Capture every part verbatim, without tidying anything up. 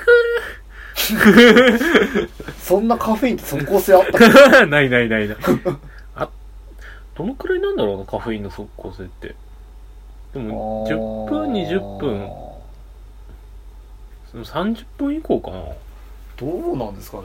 そんなカフェインって即効性あったかないないないないあ、どのくらいなんだろうなカフェインの即効性って。でもじゅっぷんにじゅっぷんさんじゅっぷん以降かな。 どうなんですかね。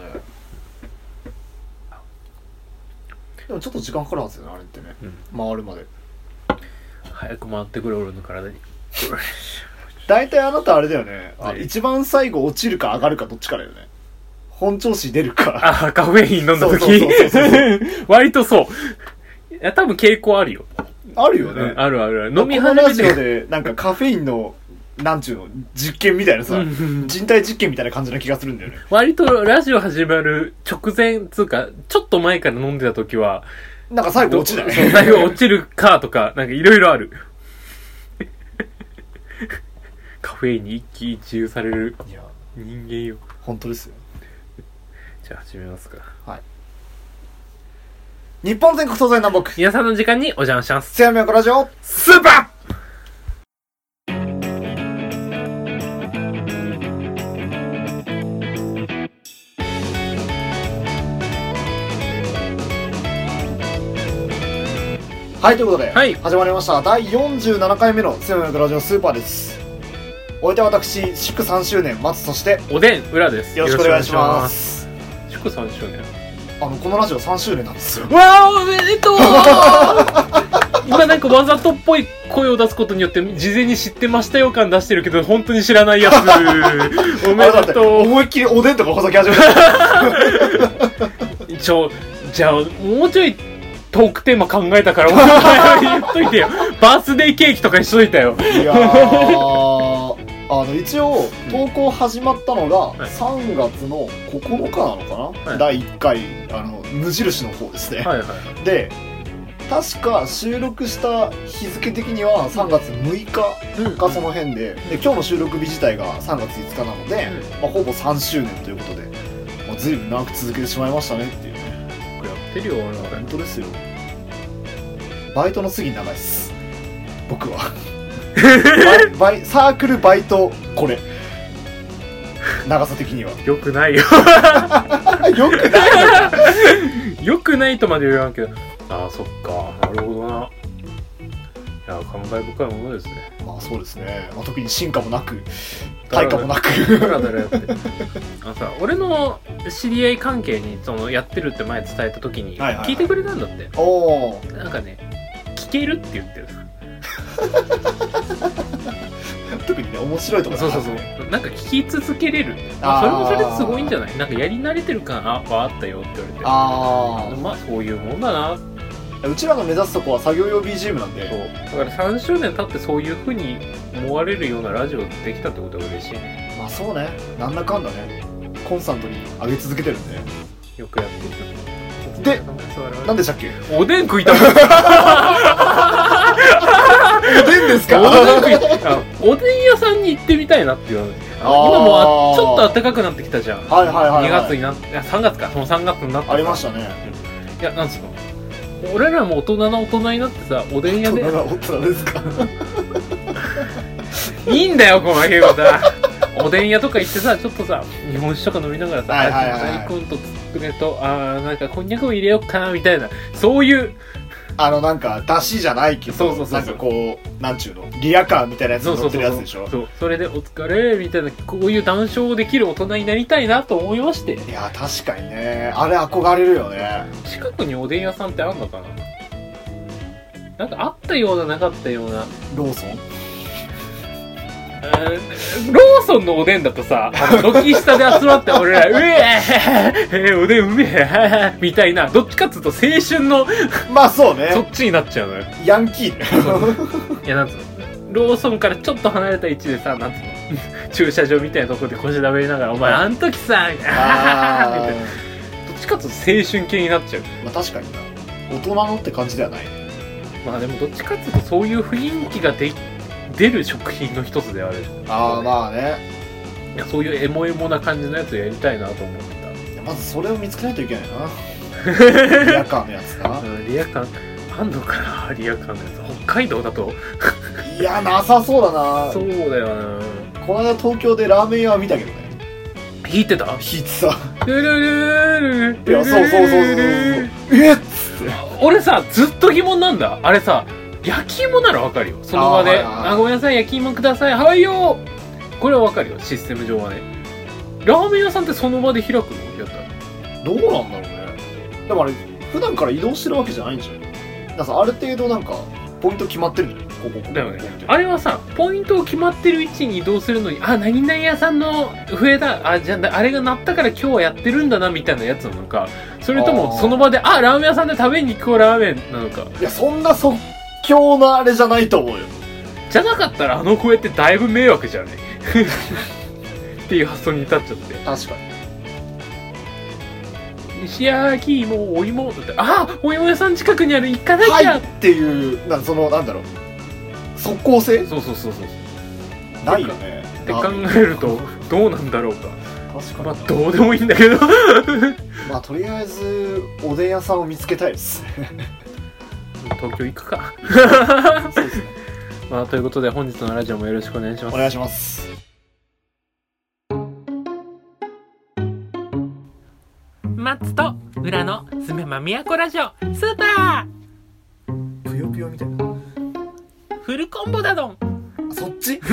でもちょっと時間かかるはずよねあれってね、うん、回るまで。 早く回ってくる俺の体に。 大体あなたあれだよね、あ、一番最後落ちるか上がるかどっちかだよね。本調子出るか。 あ、カフェイン飲んだ時割とそう。いや多分傾向あるよ。 あるよね、うん、 あるあるある。飲み始めてこのラジオでなんかカフェインのなんちゅうの実験みたいなさ人体実験みたいな感じな気がするんだよね。 割とラジオ始まる直前つうかちょっと前から飲んでた時はなんか最後落ちない。 最後落ちるかとかなんかいろいろある。カフェインに一喜一憂される人間よ。 本当ですよ。 じゃあ始めますか。 はい。日本全国東西南北皆さんの時間にお邪魔します。 津山横ラジオスーパー。 はい、ということで、 はい、 始まりましただいよんじゅうななかいめの津山横ラジオスーパーです。お相手は私祝さんしゅうねん松、そしておでん裏です。 よろしくお願いします。 祝さんしゅうねん、 あのこのラジオさんしゅうねんなんですよ。 わあおめでとう。今なんかわざとっぽい声を出すことによって事前に知ってましたよ感出してるけど本当に知らないやつ。おめでとう。 思いっきりおでんとかほざき始めた。 ちょじゃあもうちょいトークテーマ考えたから言っといてよ。バースデーケーキとかにしといたよ。 いやーあの一応投稿始まったのがさんがつのここのかなのかな、はい、だいいっかいあの無印の方ですね、はいはいはい、で確か収録した日付的にはさんがつむいかかその辺で、うん、で今日の収録日自体がさんがついつかなので、うんまあ、ほぼさんしゅうねんということで、まあ、随分長く続けてしまいましたねっていうね。 やってるよ俺は。 本当ですよ。バイトの次長いっす僕は。バイバイサークルバイトこれ長さ的にはよくないよ。 よくないよくないとまで言わんけど、ああそっかなるほどな。いや感慨深いものですね。 まあそうですね、まあ、特に進化もなく対価もなくだらだらやってあのさ俺の知り合い関係にそのやってるって前伝えた時に聞いてくれたんだって、はいはいはい、おーなんかね聞けるって言ってる。 特にね面白いところ、 ね、そうそうそうなんか聞き続けれる。それもそれですごいんじゃない。なんかやり慣れてる感はあったよって言われて、ああまあそういうもんだな。 うちらが目指すとこは作業用 ビージーエム なんで、 そうだからさんしゅうねん経ってそういう風に思われるようなラジオできたってことは嬉しいね。 まあそうね、なんだかんだねコンスタントに上げ続けてるんでよくやってる。 で何でしたっけ。 おでん食いたい。 おでんですか。 おでん食いたい。おでん屋さんに行ってみたいなって言われて、今もうちょっと暖かくなってきたじゃん。 はいはいはい、はい、 にがつになって、いやさんがつか、そのさんがつになってありましたね、 うん、いやなんつうの俺らも大人な大人になってさおでん屋で大人な大人ですか。 いいんだよこの言うことは。おでん屋とか行ってさちょっとさ日本酒とか飲みながらさ、はいはいはい、大根とつくねとあーなんかこんにゃくも入れようかなみたいな、そういうあのなんか出汁じゃないけど、そうそうそうそう、なんかこうなんちゅうのリアカーみたいなやつに乗ってるやつでしょ。そうそうそうそう、 それでお疲れみたいなこういう談笑できる大人になりたいなと思いまして。 いや確かにねあれ憧れるよね。 近くにおでん屋さんってあんのかな。なんかあったようななかったような。 ローソンローソンのおでんだとさ、あの軒下で集まって俺らうえーおでんうめえみたいな、どっちかっつうと青春のまあそうねそっちになっちゃうのよ。 ヤンキー。 いやなんつうのローソンからちょっと離れた位置でさ、なんつうの駐車場みたいなとこで腰だべりながらお前あん時さみたいな、どっちかっつうと青春系になっちゃう。 まあ確かにな大人のって感じではない。 まあでもどっちかっつうとそういう雰囲気がで出る食品の一つである。 ああまあね。 いやそういうエモエモな感じのやつやりたいなと思ってた。 いやまずそれを見つけないといけないな。リアカーのやつな、 うん、リアカーあんのかな。リアカーのやつ北海道だといやなさそうだな。 そうだよな。 この間東京でラーメン屋を見たけどね。 弾いてた弾いてた。 ルルルルルいや、そうそうそうそうそう。えっつって。 俺さ、ずっと疑問なんだ。あれさ、焼き芋ならわかるよ。その場で。あ、ごめんなさい、焼き芋ください。はいよ。これはわかるよ、システム上はね。ラーメン屋さんってその場で開くのやったら。 どうなんだろうね。でもあれ、普段から移動してるわけじゃないんじゃない？なんかある程度なんか、ポイント決まってるんじゃない？ここここ。 だよね。あれはさ、ポイントを決まってる位置に移動するのに、あ、何々屋さんの笛だ、あ、じゃあ、あれが鳴ったから今日はやってるんだな、みたいなやつなのか、それともその場で、あ、ラーメン屋さんで食べに行こうラーメンなのか。 いや、そんな即興のあれじゃないと思うよ。 じゃなかったらあの笛ってだいぶ迷惑じゃねっていう発想に至っちゃって。 確かに。 石焼き芋、お芋だって、あ、お芋屋さん近くにある、行かなきゃ、 はい、っていう、なんその、なんだろう、即効性？ そうそうそうそう。 ないよね。 って考えると、どうなんだろうか。 確かに。 まあ、どうでもいいんだけど。 まあ、とりあえず、おでん屋さんを見つけたいです。 東京行くか。そうですね。まあ、ということで、本日のラジオもよろしくお願いします。 お願いします。 マッツと裏のすめまみやこラジオスーパーぷよぷよみたいなフルコンボだどん。 そっち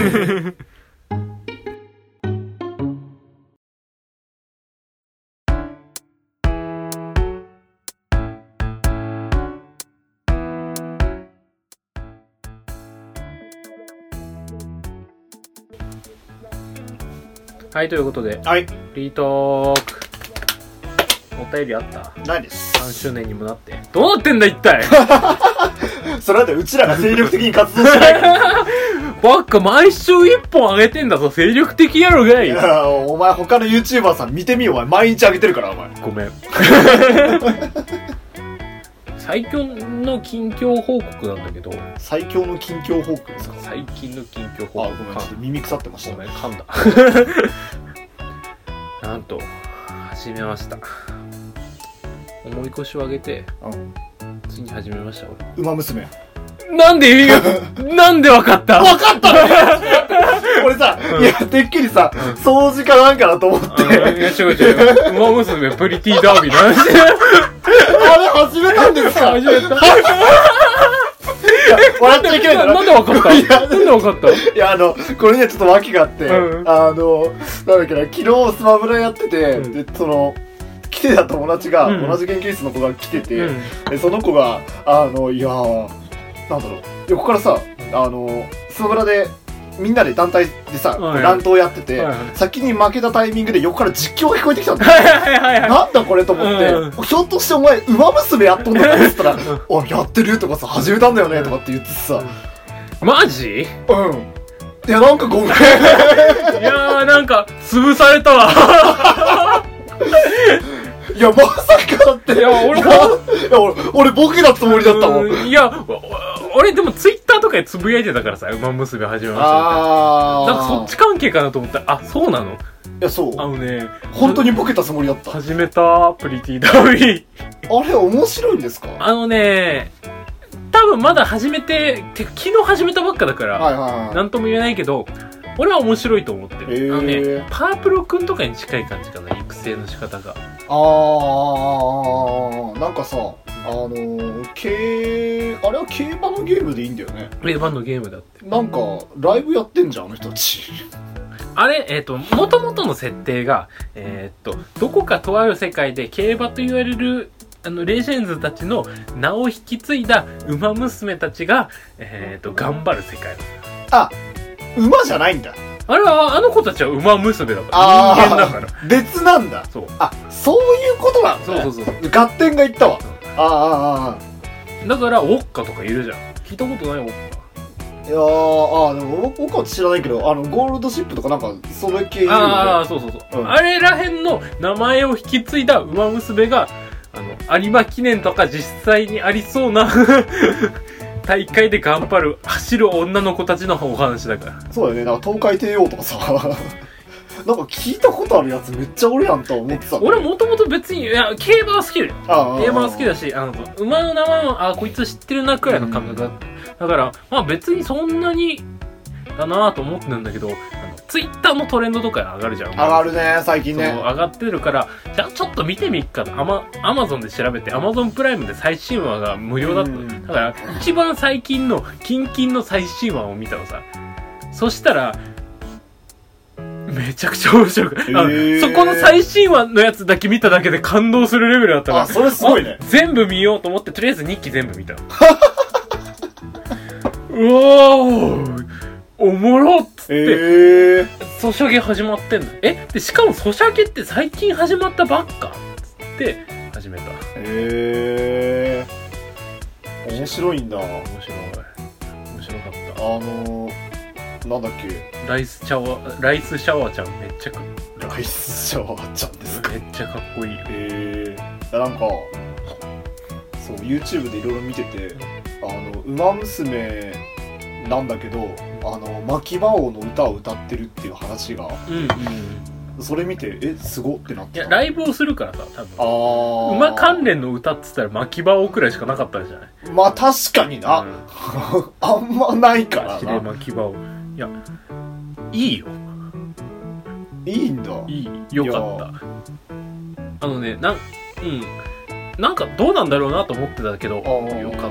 はい、ということで、 はい、 フリートーク。お便りあった？ ないです。 さんしゅうねんにもなって。どうなってんだ一体それだってうちらが精力的に活動してないからばっか毎週いっぽん上げてんだぞ。精力的やろがい。 いや、お前他の YouTuber さん見てみよ、お前毎日上げてるから。お前ごめん最強の近況報告なんだけど。 最強の近況報告ですか？ 最近の近況報告。 あ、ごめん、ちょっと耳腐ってました。 ごめん、噛んだなんと始めました。重い腰を上げて、うん、ついに始めました。 俺、ウマ娘。 なんでなんでわかったわかった俺さ、うん、いや、てっきりさ、うん、掃除かなんかだと思って。 いや、違う違う。ウマ娘プリティダービーの話。 あれ、始めたんですか？ 始めた。 笑っちゃいけないんだな。 なんでわかった？いや、なんでわかった？ いや、あの、これにはちょっと訳があって、うん、あの、なんだっけな、昨日スマブラやってて、うん、で、その、来てた友達が、うん、同じ研究室の子が来てて、うん、でその子が、あの、いやー、なんだろう、横からさ、あの、スマブラで、みんなで団体でさ、はい、乱闘やってて、はいはい、先に負けたタイミングで横から実況が聞こえてきたんだよ。はいはいはい、なんだこれと思って、うん、ひょっとしてお前、ウマ娘やっとんのかって言ったら、おい、やってるとかさ、始めたんだよねとかって言ってさ、 マジ？ うん。いや、なんかごめん。いやー、なんか、潰されたわ。 いや、まさかって。いや、俺も、いや、俺、俺ボケだったつもりだったもん。 いや、俺でもツイッターとかでつぶやいてたからさ、ウマ娘始めましたみたいな。あー。なんかそっち関係かなと思ったら、あ、そうなの？いや、そう。 あのね、 本当にボケたつもりだった。 始めた、プリティダービー。 あれ、面白いんですか？ あのね、多分まだ始めて、て昨日始めたばっかだから、はいはいはい、なんとも言えないけど、俺は面白いと思ってる。えー、あのね、パープロくんとかに近い感じかな、育成の仕方が。 あー、なんかさ、あのー、競、あれは競馬のゲームでいいんだよね。 競馬のゲームだって。 なんか、ライブやってんじゃん、あの人たち。 あれ、えっと、もともとの設定が、えー、っと、どこかとある世界で競馬と言われる、あの、レジェンズたちの名を引き継いだ馬娘たちが、えー、っと、頑張る世界。 あ、馬じゃないんだ。 あれは、あの子たちは馬娘だから。人間だから。 別なんだ。 そう。 あ、そういうことなんだ、ね。 そうそうそう。 合点がいったわ。ああ、ああ。だから、ウォッカとかいるじゃん。聞いたことないウォッカ。 いやー、あー、でも、ウォッカは知らないけど、あの、ゴールドシップとかなんか、その系いるよね。 ああ、そうそうそう、うん。あれらへんの名前を引き継いだ馬娘が、あの、有馬記念とか実際にありそうな、大会で頑張る走る女の子たちのお話だから。 そうだよね。なんか東海帝王とかさなんか聞いたことあるやつめっちゃ俺やんと思ってた。 俺もともと別にいや競馬は好きだよ。競馬は好きだし、あの馬の名前もあこいつ知ってるなくらいの感覚だった。だからまあ別にそんなにだなと思ってたんだけど、あのツイッターのトレンドとかに上がるじゃん。 上がるね最近ね。 そう上がってるから、じゃあちょっと見てみっかと。アマアマゾンで調べて、アマゾンプライムで最新話が無料だった。だから一番最近のキンキンの最新話を見たのさ。そしたらめちゃくちゃ面白く、えー、そこの最新話のやつだけ見ただけで感動するレベルだったから。 あ、それすごいね。 全部見ようと思って、とりあえずにき全部見た。うわーおもろっつって、えー、ソシャゲ始まってんの。えでしかもソシャゲって最近始まったばっかっつって始めた。 へえー、面白いんだ。 面白い面白かった。 あのーなんだっけ、 ライスシャワーライスシャワーちゃんめっちゃかライスシャワーちゃんですか。 めっちゃかっこいいよ。 へえー、なんかそう YouTube でいろいろ見てて、あのウマ娘なんだけど、あの牧場王の歌を歌ってるっていう話が、うんうん、それ見てえすごってなってた。 いやライブをするからさ、多分あ馬関連の歌っつったら牧場王くらいしかなかったじゃない。 まあ確かにな、うん、あんまないからな。 牧場王いやいいよ。 いいんだ。 いいよかった。あのねなんうんなんかどうなんだろうなと思ってたけど、よかった。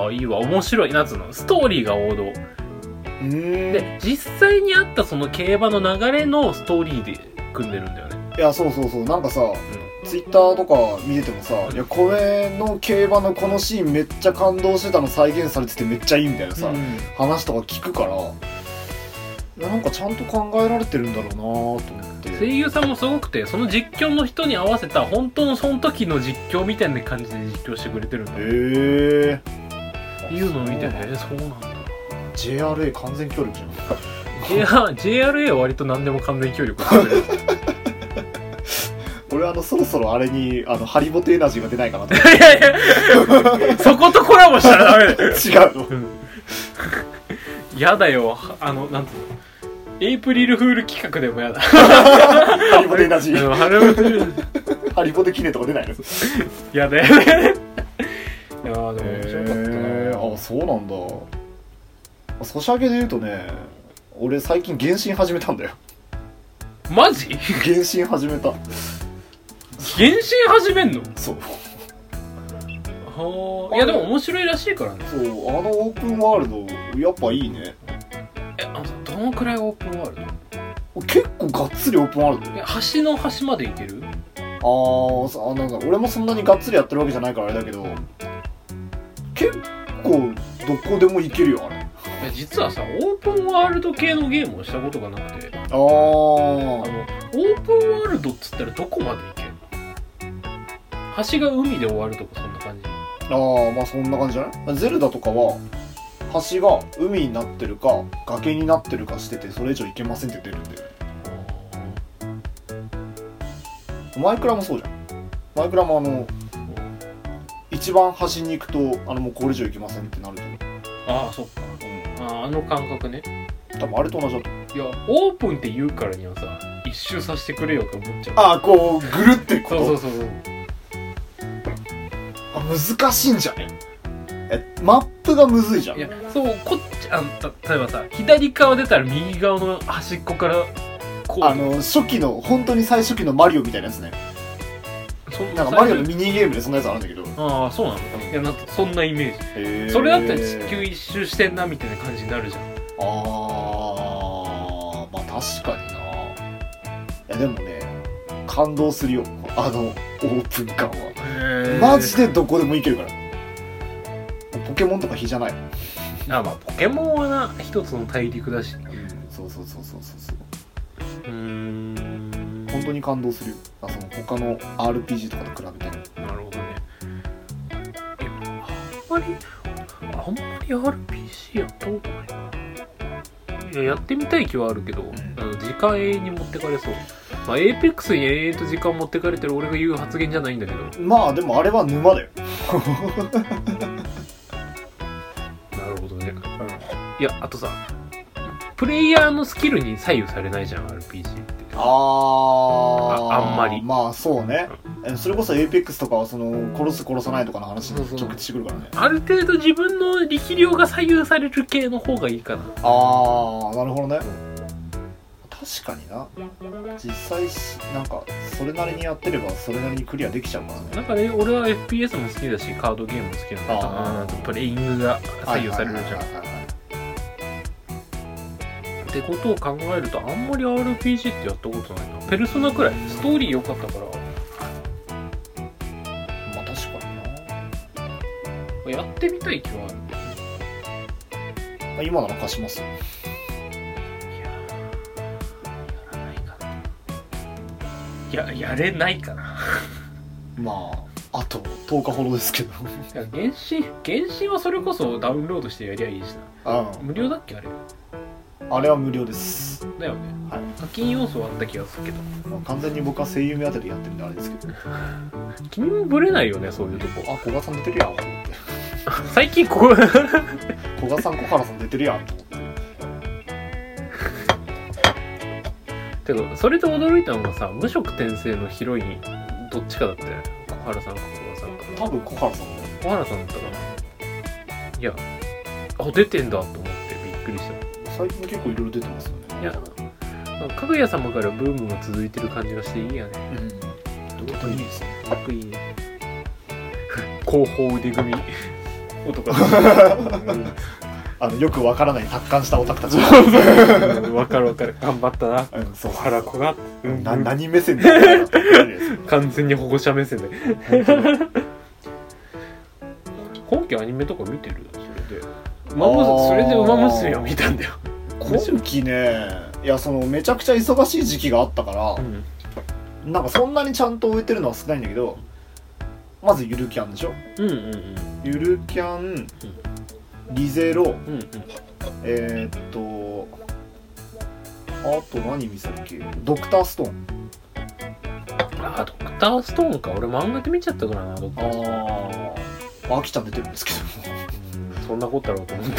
いいわ。面白い。なんつうの、ストーリーが王道。で、実際にあったその競馬の流れのストーリーで組んでるんだよね。 いや、そうそうそう。なんかさ、うん、ツイッターとか見ててもさ、いや、これの競馬のこのシーンめっちゃ感動してたの再現されててめっちゃいいみたいなさ、うん、話とか聞くから、なんかちゃんと考えられてるんだろうなと思って。 声優さんもすごくて、その実況の人に合わせた本当のその時の実況みたいな感じで実況してくれてるんだ。へえーいうのを見て、えそうなんだ。 ジェイアールエー 完全協力じゃん。 ジェイアールエー は割と何でも完全協力してくれる。 俺あのそろそろあれにあのハリボテエナジーが出ないかなと。いやいやそことコラボしたらダメだよ。 違うの、うん、 やだよ。あのなんていうの、エイプリルフール企画でもやだ。 ハリボテエナジー。ハリボテキネとか出ないの。 やだよね。いやーでも面白かったな、えー、あそうなんだ。ソシャゲで言うとね、俺最近原神始めたんだよ。 マジ？ 原神始めた。 原神始めんの？ そう。 はあ。いやでも面白いらしいからね。 そう、あのオープンワールドやっぱいいね。 え、あのどのくらいオープンワールド？結構がっつりオープンワールド。 端の端まで行ける？ あー、なんか俺もそんなにがっつりやってるわけじゃないからあれだけど、結構どこでも行けるよあれ。 いや実はさ、オープンワールド系のゲームをしたことがなくて、あー、あのオープンワールドっつったらどこまで行けるの？橋が海で終わるとかそんな感じ？ あー、まあそんな感じじゃない？ゼルダとかは橋が海になってるか崖になってるかしてて、それ以上行けませんって出るんだよね。マイクラもそうじゃん。マイクラもあの一番端に行くとあのもうこれ以上行けませんってなるじゃん。 ああそっか、うん、ああの感覚ね。 多分あれと同じだと思う。 いやオープンって言うからにはさ、一周させてくれよって思っちゃう。 ああこうぐるってこと。 そうそうそうそう。 あ難しいんじゃね。えマップがむずいじゃん。 いやそうこっちあの例えばさ、左側出たら右側の端っこからこう、 あの初期の本当に最初期のマリオみたいなやつね。なんかマリオのミニゲームでそんなやつあるんだけど。 ああそうなの。いやなんかそんなイメージ。それだったら地球一周してんなみたいな感じになるじゃん。 ああまあ確かにな。いやでもね感動するよあのオープン感は。マジでどこでも行けるから。ポケモンとか比じゃない。 あまあポケモンはな一つの大陸だし、うん、 そうそうそうそうそうそう。 うーん本当に感動するよ。あその他の アールピージー とかと比べても。 なるほどね。あんまりあんまり アールピージー やったことないな。いややってみたい気はあるけど、うん、あの時間永遠に持ってかれそう。まあエーペックスに永遠と時間持ってかれてる俺が言う発言じゃないんだけど。 まあでもあれは沼だよ。 なるほどね。うん、いやあとさ、プレイヤーのスキルに左右されないじゃん アールピージー って。 あーあ, あんまりまあそうね、うん、それこそ エーペックス とかはその殺す殺さないとかの話に直結してくるからね。 ある程度自分の力量が左右される系の方がいいかな。 あーなるほどね、うん、 確かにな。実際なんかそれなりにやってればそれなりにクリアできちゃうからね。 なんかね、俺は エフピーエス も好きだしカードゲームも好きなんだけど、あプレイングが左右されるじゃん。ってことを考えるとあんまり アールピージー ってやったことないな。ペルソナくらいストーリー良かったから。 まあ確かにな。やってみたい気はある。今なら貸しますよ。 いや、やれないかな。 まああととおかほどですけど。 原神原神はそれこそダウンロードしてやりゃいいしな。うん、無料だっけあれ。 あれは無料です。 だよね。 はい。 課金要素はあった気がするけど。 まあ、完全に僕は声優目当てでやってるんであれですけど。 君もブレないよね、そういうとこ。 あ、古賀さん出てるやんと思って。 最近ここ古賀さん、小原さん出てるやんと思って。 けどそれで驚いたのがさ、無色転生のヒロインどっちかだったよね。小原さんか小原さんか。 多分小原さんだよ。 小原さんだったかな。いや、あ、出てんだと思ってびっくりした。 最近結構いろいろ出てますよね。 いや、かぐや様からブームが続いてる感じがしていいやね。 うん。どうといいですね。 かっこいいね。後方腕組み男だ。 あのよくわからない達観したオタクたち。 わかるわかる。頑張ったな。うん、そう原子が、 うん、な何目線だよ。 完全に保護者目線で。今期アニメとか見てる？それで。馬娘それで馬娘を見たんだよ。 今期ね、いやそのめちゃくちゃ忙しい時期があったから、うん、なんかそんなにちゃんと終えてるのは少ないんだけど、まずゆるキャンでしょ。 うんうんうん。 ゆるキャン。うんリゼロ、うんうん、えー、っとあと何見せたっけ。ドクターストーン。 あ、ドクターストーンか。俺漫画で見ちゃったからな。ドクターストーン。 ああ、きちゃん出てるんですけど。 そんなことだろうと思った。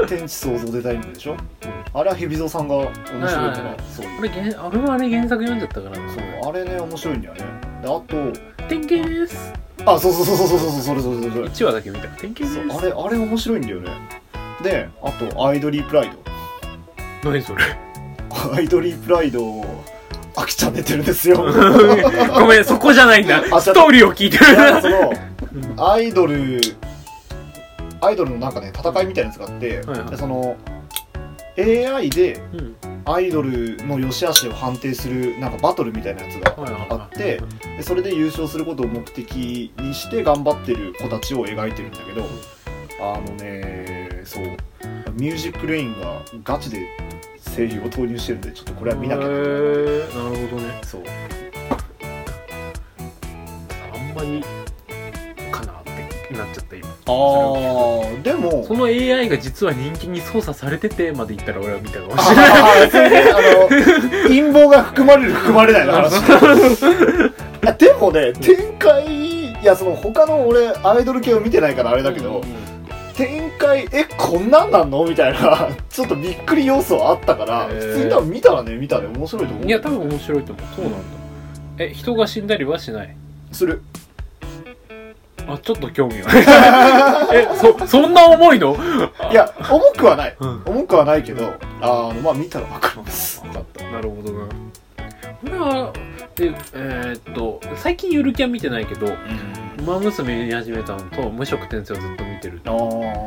天地創造デザインでしょ、うん、あれは蛇蔵さんが面白いから、はいはいはい、 そう俺俺もあれ原作読んじゃったからな。 そうあれね面白いんだよね。であと典型です。 あ、そうそうそうそうそうそうそれそれそれいちわだけ見た。典型です。 あれあれ面白いんだよね。であとアイドリープライド。何それ。 アイドリープライドあきちゃん出てるんですよ。 ごめんそこじゃないんだ。ストーリーを聞いてる。 そのアイドルアイドルのなんかね戦いみたいなやつがあって、はいはい、でその エーアイ でアイドルの良し悪しを判定するなんかバトルみたいなやつがあって、でそれで優勝することを目的にして頑張ってる子たちを描いてるんだけど、あのねそうミュージックレインがガチで声優を投入してるんでちょっとこれは見なきゃなと思って。 なるほどね。 そうあんまりかなってなっちゃった今。 あーでもその エーアイ が実は人気に操作されててまで言ったら俺は見たかもしれない。 それであの陰謀が含まれる含まれないの話。いやでもね展開いやその他の俺アイドル系を見てないからあれだけど、うんうん、展開えこんなんなんのみたいなちょっとびっくり要素あったから、普通に多分見たらね見たら面白いと思う。 いや多分面白いと思う。そうなんだ。え人が死んだりはしない？ する。 あちょっと興味はえそそんな重いの？ いや重くはない、うん、重くはないけどあのまあ見たら分かります。 分かった。なるほどな。俺はでえー、っと最近ゆるキャン見てないけど、うん、馬娘見始めたのと無色転生をずっと見てる。あ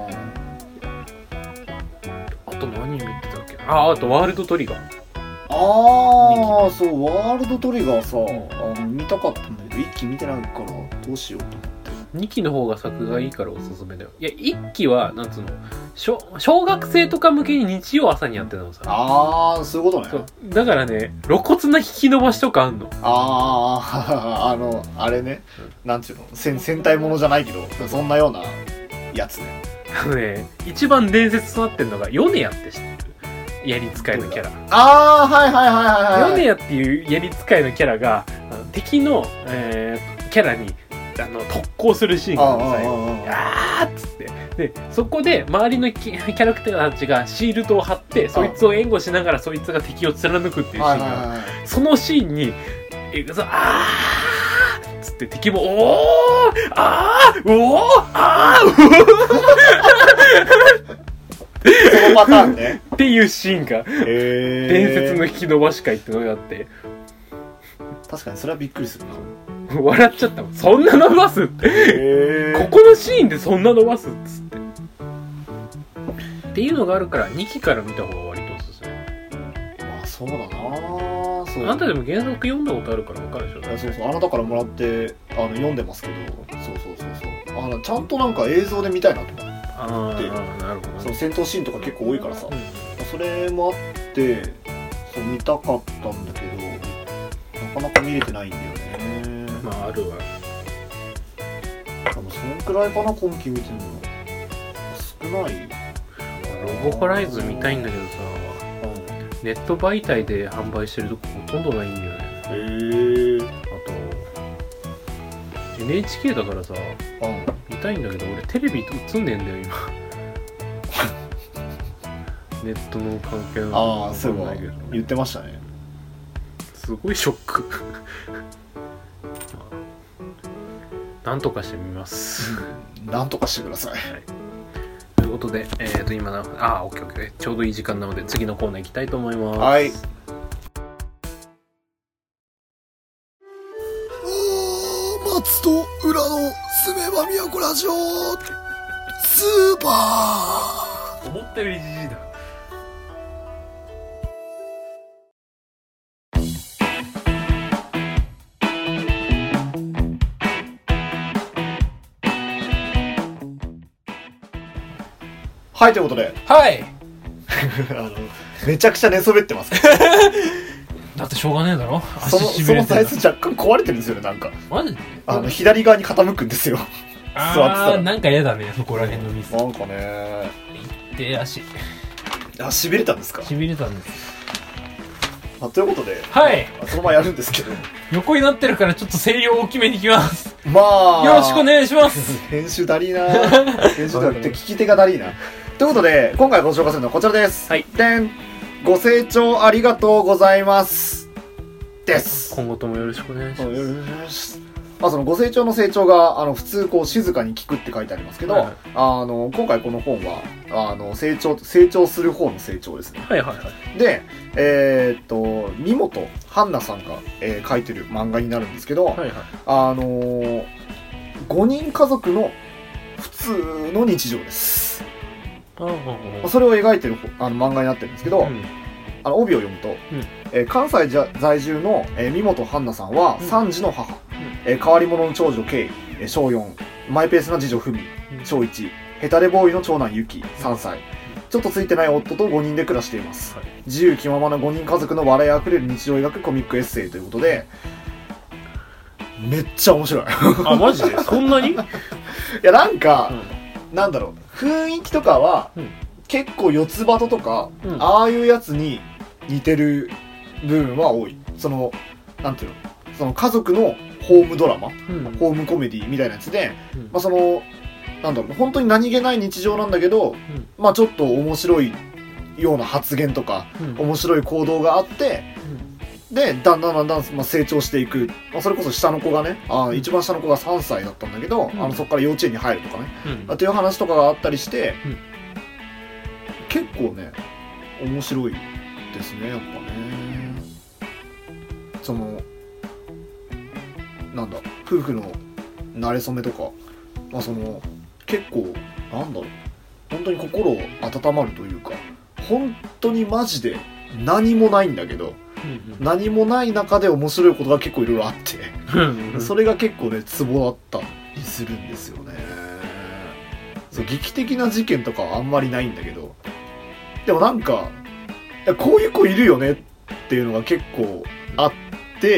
あと何見てたっけ。ああとワールドトリガー。 ああそうワールドトリガーさ、うん、あの見たかったんだけどいっき見てないからどうしようと思って。 にきの方が作がいいからおすすめだよ。いやいっきはなんつうの 小, 小学生とか向けに日曜朝にやってたのさ。 ああそういうことね。そうだからね露骨な引き伸ばしとかあんの。 あああのあれね、うん、なんていうの戦戦隊ものじゃないけどそんなようなやつね。 あのね一番伝説となってるのがヨネヤって知ってる？やり使いのキャラ。 ああはいはいはいはいはい。 ヨネヤっていうやり使いのキャラが敵の、えー、キャラにあの特攻するシーンが最後あーっつってでそこで周りのキャラクターたちがシールドを貼ってそいつを援護しながらそいつが敵を貫くっていうシーンが、はいはいはい、そのシーンにえあーっつって敵もおーあーおーあーうおーそのパターンねっていうシーンが、えー、伝説の引き伸ばし会ってのがあって、 確かにそれはびっくりするな。笑っちゃったもん。そんな伸ばすって、えー、ここのシーンでそんな伸ばすっつってっていうのがあるからにきから見た方が割とおすすめ。 まあそうだな。そう。 あなたでも原作読んだことあるから分かるでしょ。 そうそう、あなたからもらってあの読んでますけど、そうそうそうそう、あのちゃんとなんか映像で見たいなと思って。ああ、なるほど、ね。その戦闘シーンとか結構多いからさ、うん、それもあってそう見たかったんだけど、なかなか見れてないんだよね。 まああるわ。 多分そのくらいかな、今期見てるの少ない。 ロボホライズ見たいんだけどさ、うん、ネット媒体で販売してるとこほとんどないんだよね。へー。あと エヌエイチケー だからさ、うん、見たいんだけど俺テレビ映んねえんだよ今ネットの関係の。 ああ、そういえば言ってましたね。 すごいショックなんとかしてみますなんとかしてください、はい。 ということで、えーと今のあーオッケーオッケー、ちょうどいい時間なので次のコーナー行きたいと思います。 はい。松と裏のすめば都ラジオスーパー。思ったよりじじいだ。 はい、ということで、 はいあのめちゃくちゃ寝そべってますだってしょうがねえだろ。 そのそのサイズ若干壊れてるんですよね。なんかマジであの左側に傾くんですよあ座ってたら。なんか嫌だね、そこら辺のミス。 なんかね、 いって足あ、しびれたんですか。 しびれたんですあ、ということで、 はい、 まあ、そのままやるんですけど横になってるからちょっと声量大きめにいきます。 まあよろしくお願いします編集だりーな編集だって聞き手がだりーなということで、今回ご紹介するのはこちらです。はい。でん。ご清聴ありがとうございます。です。 今後ともよろしくお願いします。よろしくお願いします。 まあ、そのご清聴の成長が、あの、普通こう静かに聞くって書いてありますけど、はいはい、あの、今回この本は、あの、成長、成長する方の成長ですね。 はいはいはい。 で、えー、っと、三本ハンナさんが、えー、書いてる漫画になるんですけど、はいはい、あのー、ごにん家族の普通の日常です。それを描いてるあの漫画になってるんですけど、うん、あの帯を読むと、うんえー、関西在住の、えー、三本ハンナさんはさん児の母、うんえー、変わり者の長女ケイ、えー、小よん、マイペースな次女フミ、小いち、ヘタレボーイの長男ユキさんさい、ちょっとついてない夫とごにんで暮らしています、はい、自由気ままなごにん家族の笑いあふれる日常を描くコミックエッセイということで、めっちゃ面白いあ、マジでそんなにいや、なんか、うん、なんだろう、雰囲気とかは、うん、結構四つ葉とか、うん、ああいうやつに似てる部分は多い。そのなんていうの、その家族のホームドラマ、うん、ホームコメディみたいなやつで、うん、まあそのなんだろう、本当に何気ない日常なんだけど、うん、まあちょっと面白いような発言とか、うん、面白い行動があって、うん、でだんだんだんだん、まあ、成長していく、まあ、それこそ下の子がね、あ、一番下の子がさんさいだったんだけど、うん、あのそこから幼稚園に入るとかね、うん、っていう話とかがあったりして、うん、結構ね面白いですね、やっぱね。そのなんだ、夫婦の馴れ初めとか、まあ、その結構なんだろう、本当に心を温まるというか、本当にマジで何もないんだけど、うんうん、何もない中で面白いことが結構いろいろあってそれが結構ねツボだったりするんですよね。そう劇的な事件とかはあんまりないんだけど、でもなんかいやこういう子いるよねっていうのが結構あって、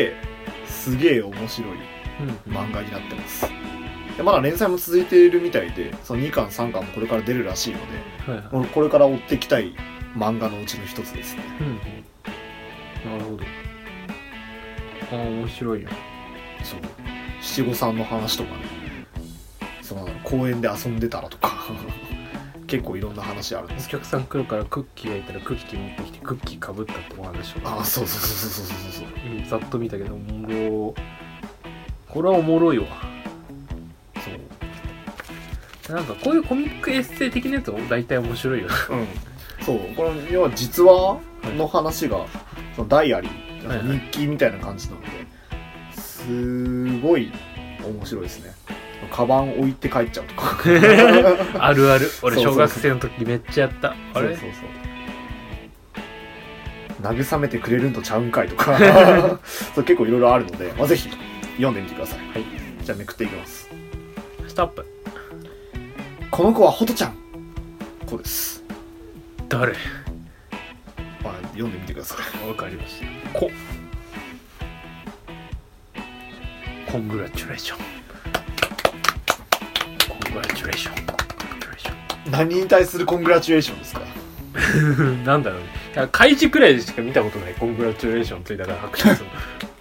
すげえ面白い漫画になってます。でまだ連載も続いているみたいで、そのにかんさんかんもこれから出るらしいので、はいはい、これから追っていきたい漫画のうちの一つですね。うんうん、なるほど。ああ、面白いよ。 そう、七五三の話とかね、その公園で遊んでたらとか結構いろんな話あるんです。 お客さん来るからクッキーがいたらクッキー持ってきてクッキーかぶったってお話とか、ね、 ああ、そうそうそうそうそうそうそう、 うん、ざっと見たけど、もうこれはおもろいわ。 そうなんかこういうコミックエッセイ的なやつも大体面白いよね。 うん。そう。これ、要は実話の話が、はい、そのダイアリー、はいはい、日記みたいな感じなので、すごい面白いですね。カバン置いて帰っちゃうとか。 あるある。俺小学生の時めっちゃやった。あれ？ そうそうそう。慰めてくれるんとちゃうんかいとか。そう結構いろいろあるので、まあ、ぜひ読んでみてください。はい。じゃあめくっていきます。 ストップ。 この子はホトちゃん。こうです。 誰？ まあ読んでみてください。わかりました。こ。コングラチュレーション。コングラチュレーション。 何に対するコングラチュレーションですか？ なんだろうね。いや開示くらいでしか見たことないコングラチュレーションついたから拍手する。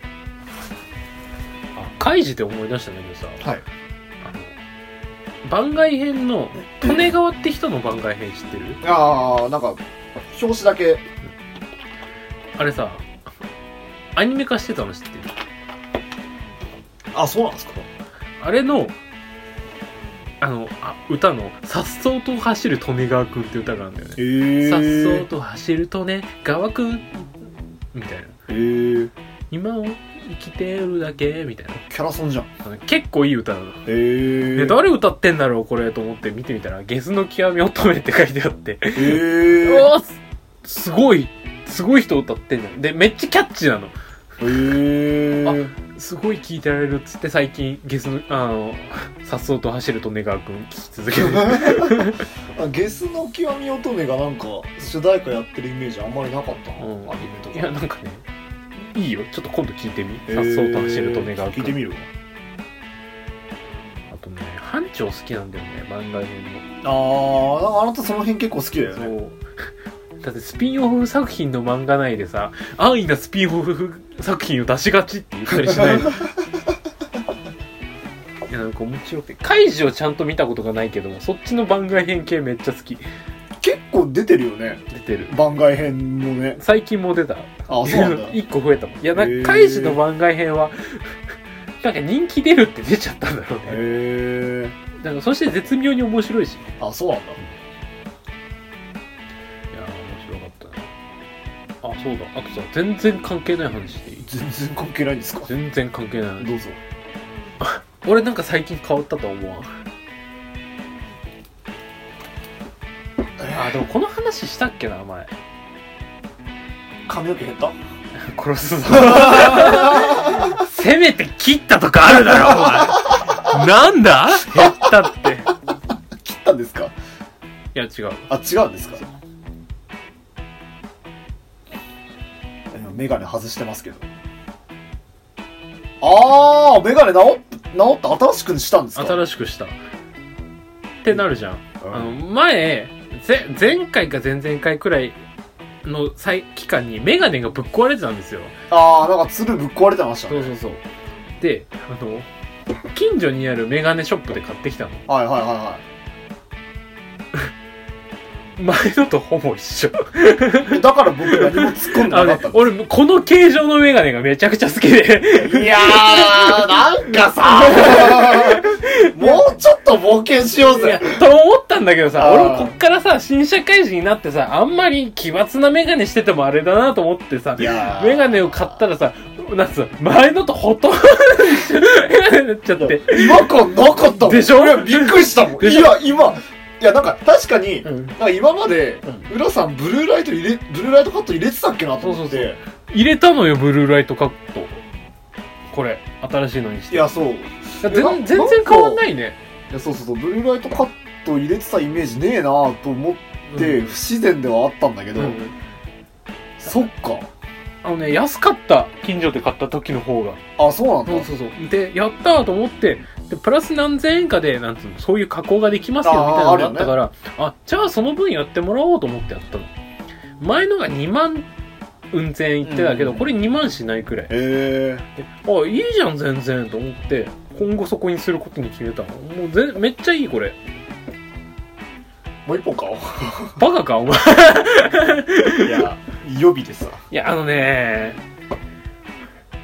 あ、開示って思い出したんだけどさ。はい。あの番外編の利根川って人の番外編知ってる？ ああ、なんか表紙だけ。 あれさ、アニメ化してたの知ってる？ あ、そうなんですか？ あれのあのあ歌の「さっそうと走る利根川くん」って歌があるんだよね。へー。さっそうと走る利根川くんみたいな。へー。今を生きてるだけみたいな。 キャラソンじゃん。 結構いい歌なの。へー。 で誰歌ってんだろうこれと思って見てみたら「ゲスの極み乙女」って書いてあって。へー。うわす、すごいすごい人歌ってんじゃん。でめっちゃキャッチーなの。へー。あすごい聴いてられるっつって最近ゲスのあのさっそうと走る利根川くん聴き続けてあゲスの極み乙女がなんか主題歌やってるイメージあんまりなかったな、うん、アニメとか。 いやなんかねいいよちょっと今度聴いてみ。さっそうと走る利根川くん聴いてみるわ。 あとね班長好きなんだよね番外編の。あああなたその辺結構好きだよね。そうだってスピンオフ作品の漫画内でさ安易なスピンオフ作品を出しがちって言ったりしないの？いやなんか面白くてカイジをちゃんと見たことがないけどそっちの番外編系めっちゃ好き。 結構出てるよね。 出てる番外編もね。 最近も出た。 あそうなんだ。 いっこ増えたもん。いやなんかカイジの番外編はなんか人気出るって出ちゃったんだろうね。へえ。だからそして絶妙に面白いし。 あそうなんだ。 あ、そうだ。あとさ、全然関係ない話でいい？ 全然関係ないんですか？ 全然関係ない。 どうぞ。 俺なんか最近変わったと思うわ。えー、あ、でもこの話したっけな、前。 髪の毛減った？ 殺すぞ。せめて切ったとかあるだろ、お前。なんだ？減ったって。 切ったんですか？ いや、違う。 あ、違うんですか？メガネ外してますけど。あー、メガネ直っ、直った新しくしたんですか？ 新しくした。ってなるじゃん。うん、あの、前、ぜ、前回か前々回くらいの際期間にメガネがぶっ壊れてたんですよ。 あー、なんかつるぶっ壊れてましたね。 そうそうそう。で、あの、近所にあるメガネショップで買ってきたの。 はいはいはいはい。 前のとほぼ一緒。 だから僕何も突っ込んでなかったんです。 ね、俺この形状のメガネがめちゃくちゃ好きで。 いやーなんかさもうちょっと冒険しようぜ。いやと思ったんだけどさ、俺もこっからさ新社会人になってさあんまり奇抜なメガネしててもあれだなと思ってさメガネを買ったらさなんつう前のとほとんどメガネになっちゃって違和感なかったもん。 でしょ？ いやびっくりしたもん。いや今いやなんか確かに、うん、なんか今まで、うん、浦さんブルーライト入れブルーライトカット入れてたっけなと思って。そうそうそう入れたのよブルーライトカット。これ新しいのにして。 いやそう全全然変わんないね。 いやそうそうそうブルーライトカット入れてたイメージねえなと思って、うん、不自然ではあったんだけど、うん、そっか。 あのね安かった近所で買った時の方が。 あそうなんだ。 そうそうそうでやったと思って。でプラス何千円かでなんつうのそういう加工ができますよみたいなのがあったから あ,、ね、あじゃあその分やってもらおうと思ってやったの。前のがにまん運転いってたけど、うん、これにまんしないくらい。へえ。あいいじゃん全然と思って今後そこにすることに決めたの。もうぜめっちゃいいこれ。 もう一本買おう。 バカかお前。 いや予備でさ。 いやあのね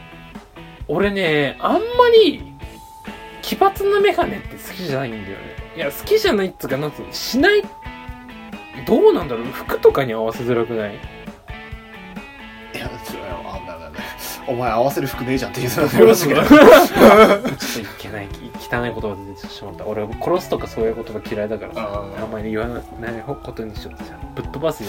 俺ねあんまり奇抜なメガネって好きじゃないんだよね。 いや好きじゃないっつうかなんつうのしないどうなんだろう服とかに合わせづらくない？ いやちょあんだなんだお前合わせる服ねえじゃんって言うのよろしくちょっといけない汚い言葉で出てしまった。俺殺すとかそういう言葉嫌いだからさあんまり言わないことにしようってさぶっ飛ばすよ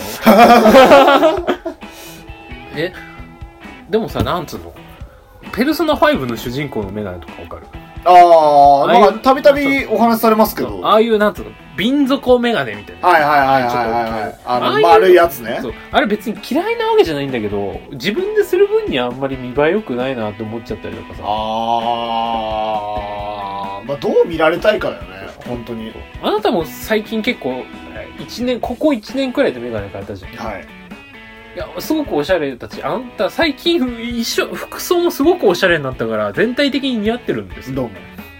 えでもさなんつうのペルソナファイブの主人公のメガネとかわかる？ ああまあたびたびお話しされますけどああいうなんつうの瓶底メガネみたいなはいはいはいはいはいあの丸いやつね。 そうあれ別に嫌いなわけじゃないんだけど自分でする分にはあんまり見栄え良くないなって思っちゃったりとかさああまあどう見られたいかだよね本当に。 あなたも最近結構一年ここいちねんくらいでメガネ変えたじゃん。 はいいやすごくおしゃれだしあんた最近一緒服装もすごくおしゃれになったから全体的に似合ってるんですよ。 どうも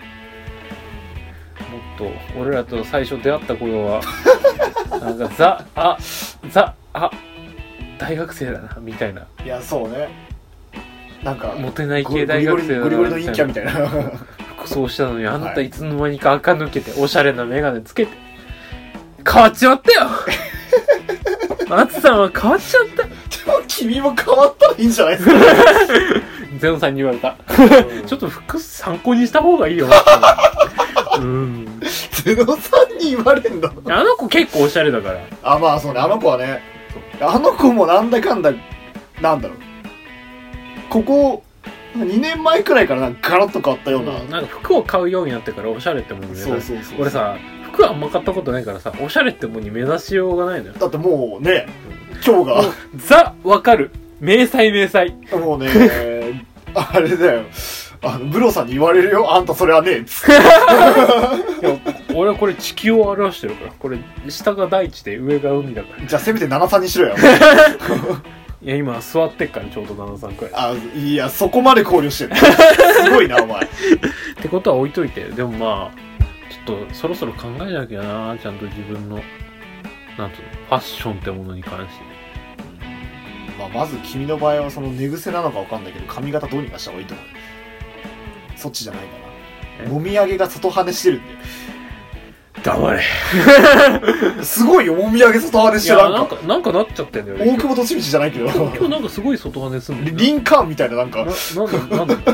もっと俺らと最初出会った頃はなんかザあザあ大学生だなみたいな。 いやそうねなんかモテない系大学生だなゴリゴリの陰キャみたいな服装したのにあんたいつの間にか垢抜けておしゃれなメガネつけて変わっちまったよあつさんは変わっちゃった。 でも君も変わったらいいんじゃないですかゼノさんに言われた、うん、ちょっと服参考にした方がいいようんゼノさんに言われんだ。 あの子結構おしゃれだから。 あまあそうねあの子はねあの子もなんだかんだなんだろうここにねんまえくらいからなんかガラッと変わったような、 うん、なんか服を買うようになってからおしゃれってもんね。 そうそうそうそう俺さ服あんま買ったことないからさおしゃれってもんに目指しようがないのよ。 だってもうね今日がザわかる迷彩迷彩もうねあれだよあのブロさんに言われるよあんたそれはねえっつっていや俺はこれ地球を表してるからこれ下が大地で上が海だからじゃあせめてななさんにしろよいや今座ってっからちょうどななさんくらい。 あいやそこまで考慮してるすごいなお前ってことは置いといてでもまあちょっとそろそろ考えなきゃなちゃんと自分のなんつうのファッションってものに関して、 まあ、まず君の場合はその寝癖なのか分かんないけど髪型どうにかした方がいいと思う。そっちじゃないかな。もみあげが外跳ねしてるんで黙れすごいよもみあげ外跳ねしてなんかなんかなんかなっちゃってんだよ大久保利通じゃないけど今日なんかすごい外跳ねすんのリンカーンみたいななんかななんだなんだ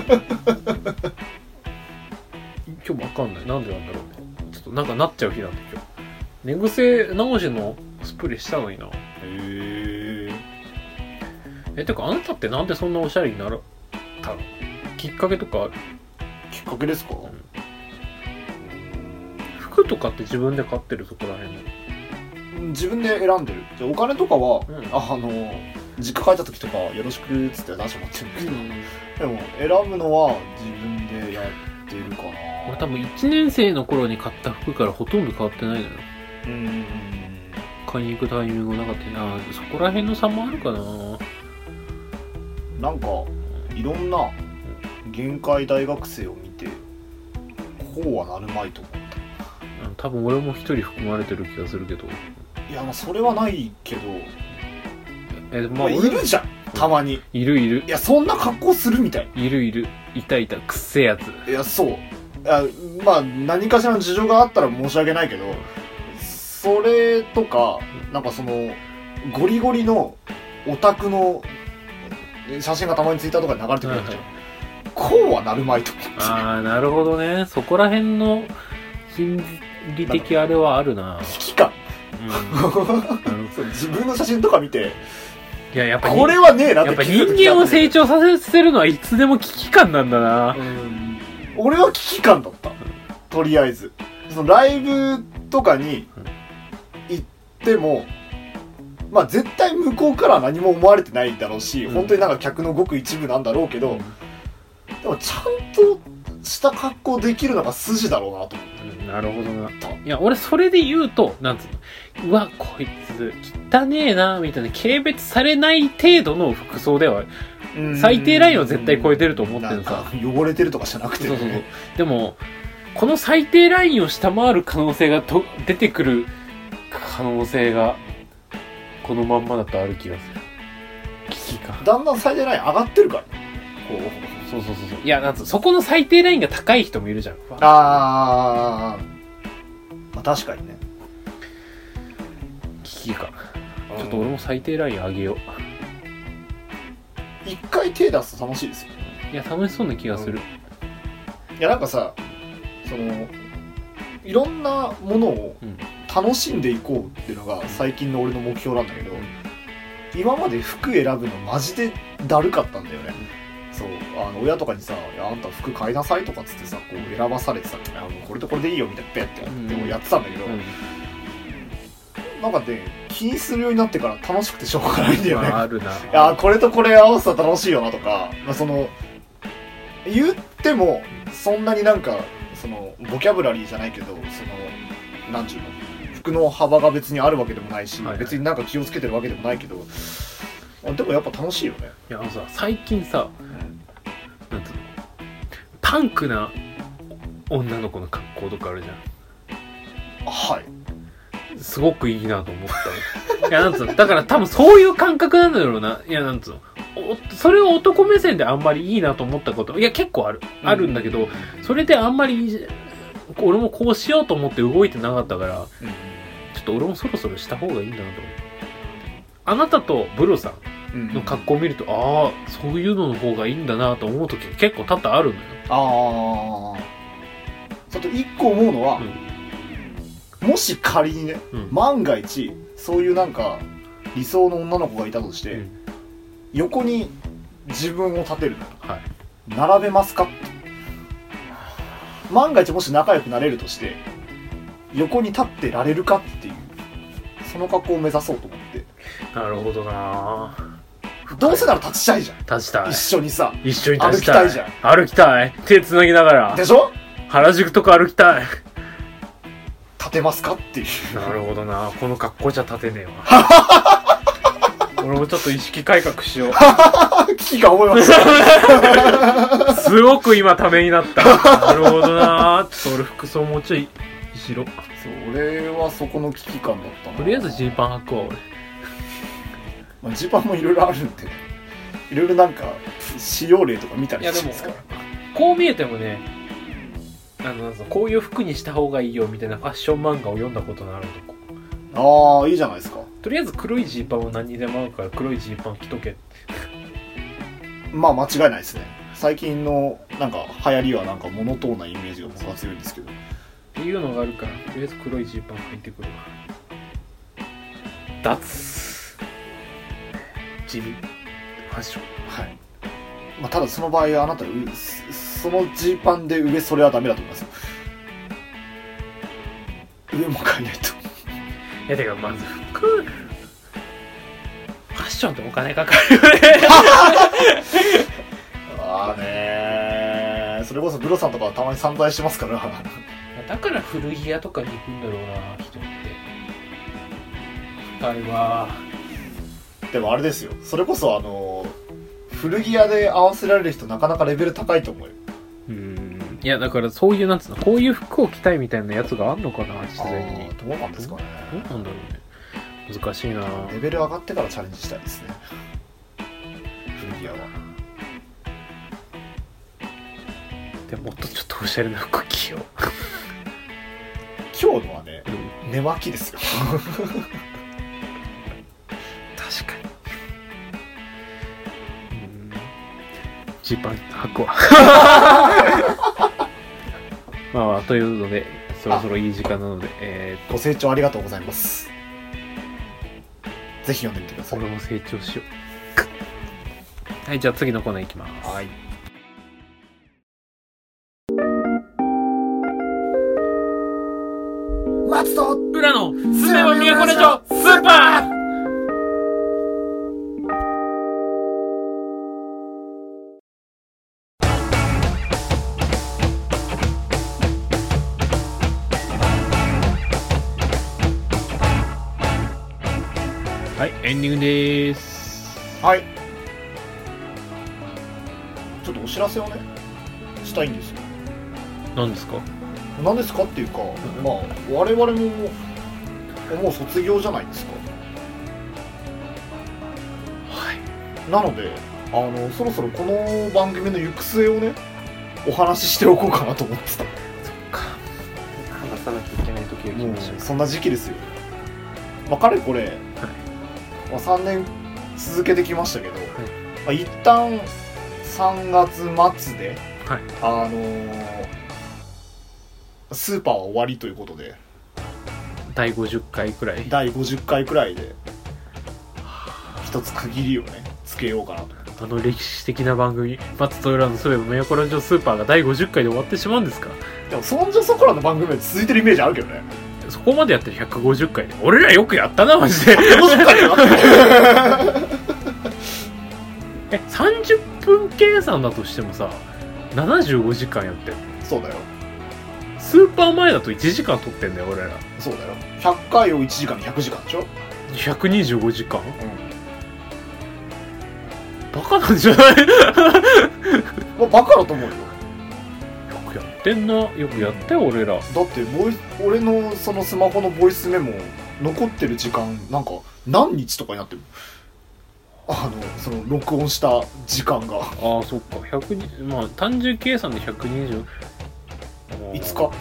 今日もわかんないなんでなんだろうね。ちょっとなんかなっちゃう日なんで今日寝癖直しのスプレーしたのにな。へええてかあなたってなんでそんなおしゃれになるたのきっかけとかある？ きっかけですか、うん、 服とかって自分で買ってるそこら辺の自分で選んでる。じゃお金とかは、うん、あの実家帰った時とかよろしくっつって出してもらってるんだけど、うん、でも選ぶのは自分でやってるかな。 俺多分いちねん生の頃に買った服からほとんど変わってないのよ。 うん。 買いに行くタイミングがなかったな。そこら辺の差もあるかな。 なんかいろんな限界大学生を見てこうはなるまいと思った。 多分俺も一人含まれてる気がするけど。 いやまあそれはないけど。 えまあ、 まあ、いるじゃんたまに。 いるいる。 いやそんな格好するみたい。 いるいる。いたいたくっせえやつ。 いやそう。いやまあ何かしらの事情があったら申し訳ないけど、それとかなんかそのゴリゴリのオタクの写真がたまにツイッターとかで流れてくるわけじゃん。こうはなるまいと思って。 ああなるほどね。そこら辺の心理的あれはあるな。 危機感。うん、そう自分の写真とか見て。 いややっぱこれはねえなってやっぱ人間を成長させるのはいつでも危機感なんだな。うん、 俺は危機感だった。とりあえずそのライブとかに行っても、まあ絶対向こうからは何も思われてないだろうし、うん、本当になんか客のごく一部なんだろうけど、うん、でもちゃんとした格好できるのが筋だろうなと思って。 うん、なるほどな。いや俺それで言うとなんつうの、うわこいつ汚ねえなみたいな軽蔑されない程度の服装では最低ラインは絶対超えてると思ってるさ。 汚れてるとかじゃなくて、ね、そうそうそう。 でもこの最低ラインを下回る可能性がと出てくる可能性がこのまんまだとある気がする。危機感。 だんだん最低ライン上がってるから。こうそうそうそうそう。いやなんつうそこの最低ラインが高い人もいるじゃん。 ああまあ確かにね。 危機か。ちょっと俺も最低ライン上げよう。 一回手出すと楽しいですよ。 いや楽しそうな気がする、 うん、いやなんかさ、そのいろんなものを楽しんでいこうっていうのが最近の俺の目標なんだけど、今まで服選ぶのマジでだるかったんだよね。そうあの親とかにさ、いやあんた服買いなさいとかっつってさ、こう選ばされてさ、あのこれとこれでいいよみたいなペッてやってもやってたんだけど、うん、なんかね気にするようになってから楽しくてしょうがないんだよね。 あるな。 いやこれとこれ合わせたら楽しいよなとか、まあ、その言ってもそんなになんかそのボキャブラリーじゃないけど、そのなんちゅうの服の幅が別にあるわけでもないし、はいはい、別になんか気をつけてるわけでもないけど、でもやっぱ楽しいよね。 いやあのさ最近さ、うん、なんつうのパンクな女の子の格好とかあるじゃん。 はい。 すごくいいなと思ったいやなんつうのだから多分そういう感覚なんだろうな。いやなんつうのそれを男目線であんまりいいなと思ったこといや結構あるあるんだけど、うん、それであんまり俺もこうしようと思って動いてなかったから、うん、ちょっと俺もそろそろした方がいいんだなと思って。あなたとブロさんの格好を見ると、うん、ああそういうのの方がいいんだなと思う時結構多々あるのよ。 ああちょっと一個思うのは、うん、もし仮にね、うん、万が一そういうなんか理想の女の子がいたとして、うん、横に自分を立てるの、はい、並べますかって。万が一もし仲良くなれるとして横に立ってられるかっていう、その格好を目指そうと思って。 なるほどな。 どうせなら立ちたいじゃん。 立ちたい。 一緒にさ一緒に立ちたい。 歩きたいじゃん。 歩きたい。手つなぎながらでしょ。 原宿とか歩きたい。 立てますかっていう。 なるほどな。この格好じゃ立てねえわ俺もちょっと意識改革しよう危機が覚えましたすごく今ためになったなるほどな。ちょっと俺服装もうちょいしろ。 そう俺はそこの危機感だったな。 とりあえずジーパン履くわ俺。 まあ、ジーパンもいろいろあるんでいろいろなんか使用例とか見たりしますから。 こう見えてもね、あのこういう服にした方がいいよみたいなファッション漫画を読んだことのあるとこ。 ああいいじゃないですか。 とりあえず黒いジーパンは何にでも合うから黒いジーパン着とけまあ間違いないですね。最近のなんか流行りはなんかモノトーンなイメージが僕は強いんですけどっていうのがあるから、とりあえず黒いジーパン履いてくるわ。脱地味ファッション。 はい。まあただその場合あなたそのジーパンで上それはダメだと思いますよ。上も買えないと。 いやてかまず服ファッションってお金かかるよねああねー、それこそブロさんとかはたまに散財してますからだから古着屋とかに行くんだろうな人って。深いわ。 でもあれですよ、それこそあの古着屋で合わせられる人なかなかレベル高いと思うよ。 うーん、いやだからそういうなんつうの、こういう服を着たいみたいなやつがあんのかな実際に。 どうなんですかね。 どうなんだろうね。難しいな。 レベル上がってからチャレンジしたいですね古着屋は。 でももっとちょっとおしゃれな服着よう今日のはね、うん、寝巻きですよ確かに。うんジーパン履くわまあまあというのでそろそろいい時間なので、えー、 ご清聴ありがとうございます。ぜひ読んでみてください。 俺も成長しようはい、じゃあ次のコーナーいきます。 はい。松と浦のすめば都根城スーパー。はい、エンディングでーす。 はい。ちょっとお知らせをねしたいんですよ。 何ですか？ 何ですかっていうか、まあ我々ももう卒業じゃないですか。 はい。 なのであのそろそろこの番組の行く末をねお話ししておこうかなと思ってた。 そっか。話さなきゃいけないとこ気がしました。 もうそんな時期ですよ。まあかれこれ、はい、まあ、さんねん続けてきましたけど、はい、まあ、一旦さんがつ末で、はい、あのー、スーパーは終わりということで、 だいごじゅっかいくらいだいごじゅっかいくらいで一つ区切りをねつけようかなと。 あの歴史的な番組松戸浦のすべのメヤコラジオスーパーがだいごじゅっかいで終わってしまうんですか。 でもそんじょそこらの番組は続いてるイメージあるけどね。 そこまでやってるひゃくごじゅっかいで俺らよくやったなマジで。ひゃくごじゅっかいえさんじゅっぷん計算だとしてもさななじゅうごじかんやってる。 そうだよ。 スーパー前だといちじかん撮ってんだよ俺ら。 そうだよ。ひゃっかいをいちじかんでひゃくじかんでしょ。 ひゃくにじゅうごじかん、うん、バカなんじゃないまあバカだと思うよ。 よくやってんな。よくやったよ俺ら。だってボイ俺のそのスマホのボイスメモ残ってる時間なんか何日とかになってる。あのその録音した時間が。 ああそっか。ひゃくにまあ単純計算でひゃくにじゅういつか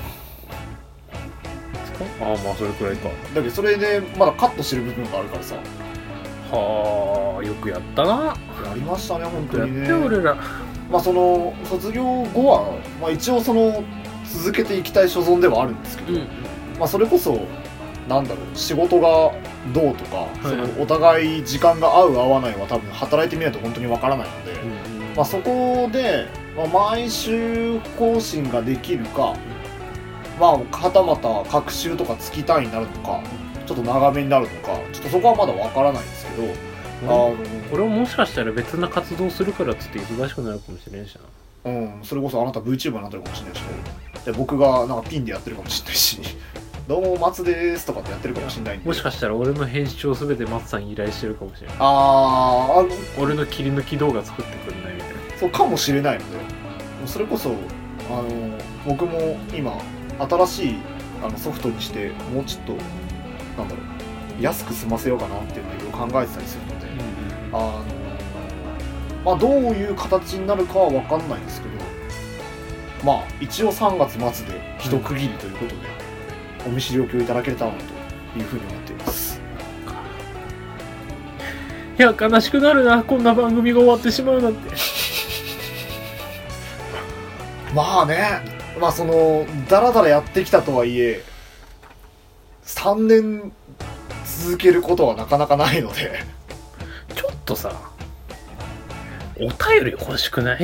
ああまあそれくらいか。 だけどそれでまだカットしてる部分があるからさ。 はあよくやったな。 やりましたね本当にね。 やって俺ら。 まあその卒業後は、まあ、一応その続けていきたい所存ではあるんですけど、うん、まあそれこそなんだろう仕事がどうとか、はい、そのお互い時間が合う合わないは多分働いてみないと本当にわからないので、うん、まあそこで、まあ、毎週更新ができるか、まあはたまた隔週とか月単位になるのかちょっと長めになるのかちょっとそこはまだわからないんですけど、 あのこれももしかしたら別な活動するからっつって忙しくなるかもしれないしな。うん、それこそあなた VTuber になってるかもしれないし、ね、で僕がなんかピンでやってるかもしれないしどうも松ですとかってやってるかもしれないんで、 もしかしたら俺の編集を全て松さんに依頼してるかもしれない。 あーあの俺の切り抜き動画作ってくれないみたいな。 そうかもしれないので、それこそあの僕も今新しいあのソフトにしてもうちょっとなんだろう安く済ませようかなっていうのを考えてたりするので、うんうん、あのまあどういう形になるかは分かんないですけど、まあ一応さんがつ末で一区切りということで、うん、お見知りおきをいただけたらなというふうに思っています。 いや悲しくなるな、こんな番組が終わってしまうなんてまあね、まあそのダラダラやってきたとはいえさんねん続けることはなかなかないのでちょっとさお便り欲しくない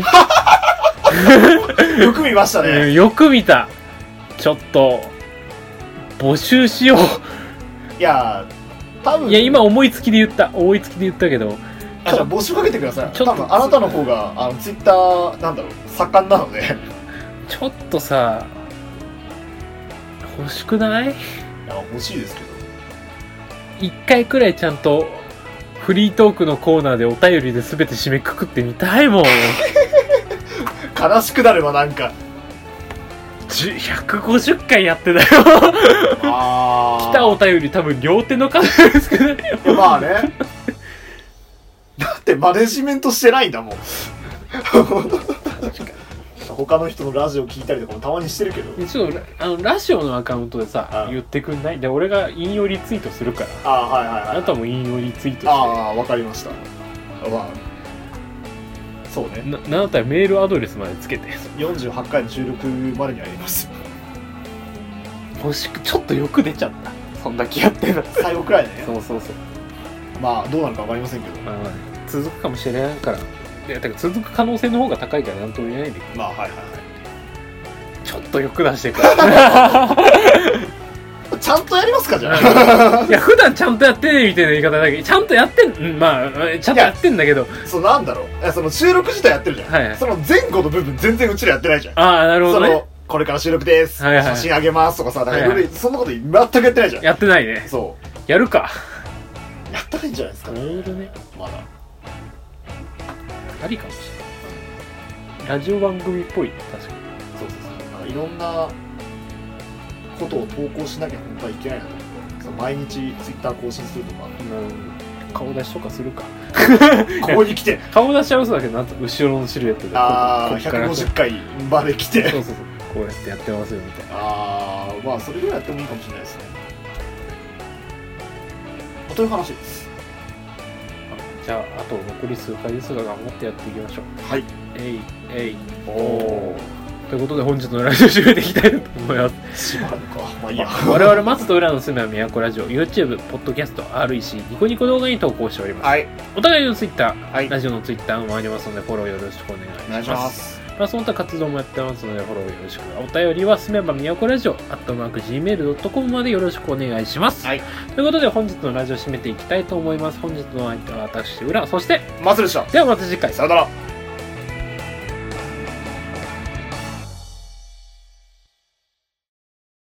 よく見ましたね、 うん、よく見た。ちょっと募集しよう。 いや多分いや今思いつきで言った思いつきで言ったけど、 あじゃあ募集かけてください。多分あなたの方があのツイッターなんだろう盛んなのでちょっとさ欲しくない？いや欲しいですけど一回くらいちゃんとフリートークのコーナーでお便りで全て締めくくってみたいもん悲しくなるわなんかひゃくごじゅっかいやってたよあ来たお便り多分両手の数ですけどねまあねだってマネジメントしてないんだもん確かに他の人のラジオ聞いたりとかもたまにしてるけど、 ちょっとあのラジオのアカウントでさ言ってくんない？で俺が引用リツイートするから、 あ、はいはいはい、 あなたも引用リツイートして、 ああわかりました。まあそうね、 ななんだったらメールアドレスまでつけてよんじゅうはちかいの収録までにはやります欲しくちょっとよく出ちゃった。そんだけやってる最後くらいねそうそうそう。 まあどうなるか分かりませんけど、まあ、 続くかもしれないからいやだから続く可能性の方が高いからなんとも言えないんだけど、 まあはいはいはい、 ちょっと欲出してからちゃんとやりますかじゃあいや普段ちゃんとやってねみたいな言い方だけどちゃんとやってん、うん、まあちゃんとやってんだけど、 そうなんだろう、いやその収録自体やってるじゃん、はいはい、その前後の部分全然うちらやってないじゃん。 ああなるほどね。 そのこれから収録です、はいはい、写真あげますとかさ、だからいろいろそんなこと全くやってないじゃん。 やってないね。 そうやるかやったらいいんじゃないですかね。 なるほどね。 まだありかもしれない。ラジオ番組っぽい。確かにそうそうそう、なんかいろんなことを投稿しなきゃ本当はいけないなと思って、その毎日ツイッター更新するとか、 うん、顔出しとかするかここに来て顔出しは嘘だけどなんと後ろのシルエットでああひゃくごじゅっかいまで来てそうそうそうこうやってやってますよみたいな。 ああ、まあそれぐらいやってもいいかもしれないですね。という話です。 じゃああと残り数回ですが頑張ってやっていきましょう。 はい。 えいえいおお。ということで本日のラジオ締めていきたいと思います。 閉まるか。まあいいや。 我々松と浦のすめは都ラジオ YouTube、ポッドキャスト、アールイーシー、ニコニコ動画に投稿しております。 はい。 お互いの Twitter、 はい、 ラジオの Twitter もありますのでフォローよろしくお願いします。お願いします。まあ、その他活動もやってますのでフォローよろしく。お便りはすめば都ラジオアットマーク ジーメールドットコム までよろしくお願いします。はい。ということで本日のラジオ締めていきたいと思います。本日の相手は私浦、そして松でした。 ではまた次回。 さよなら。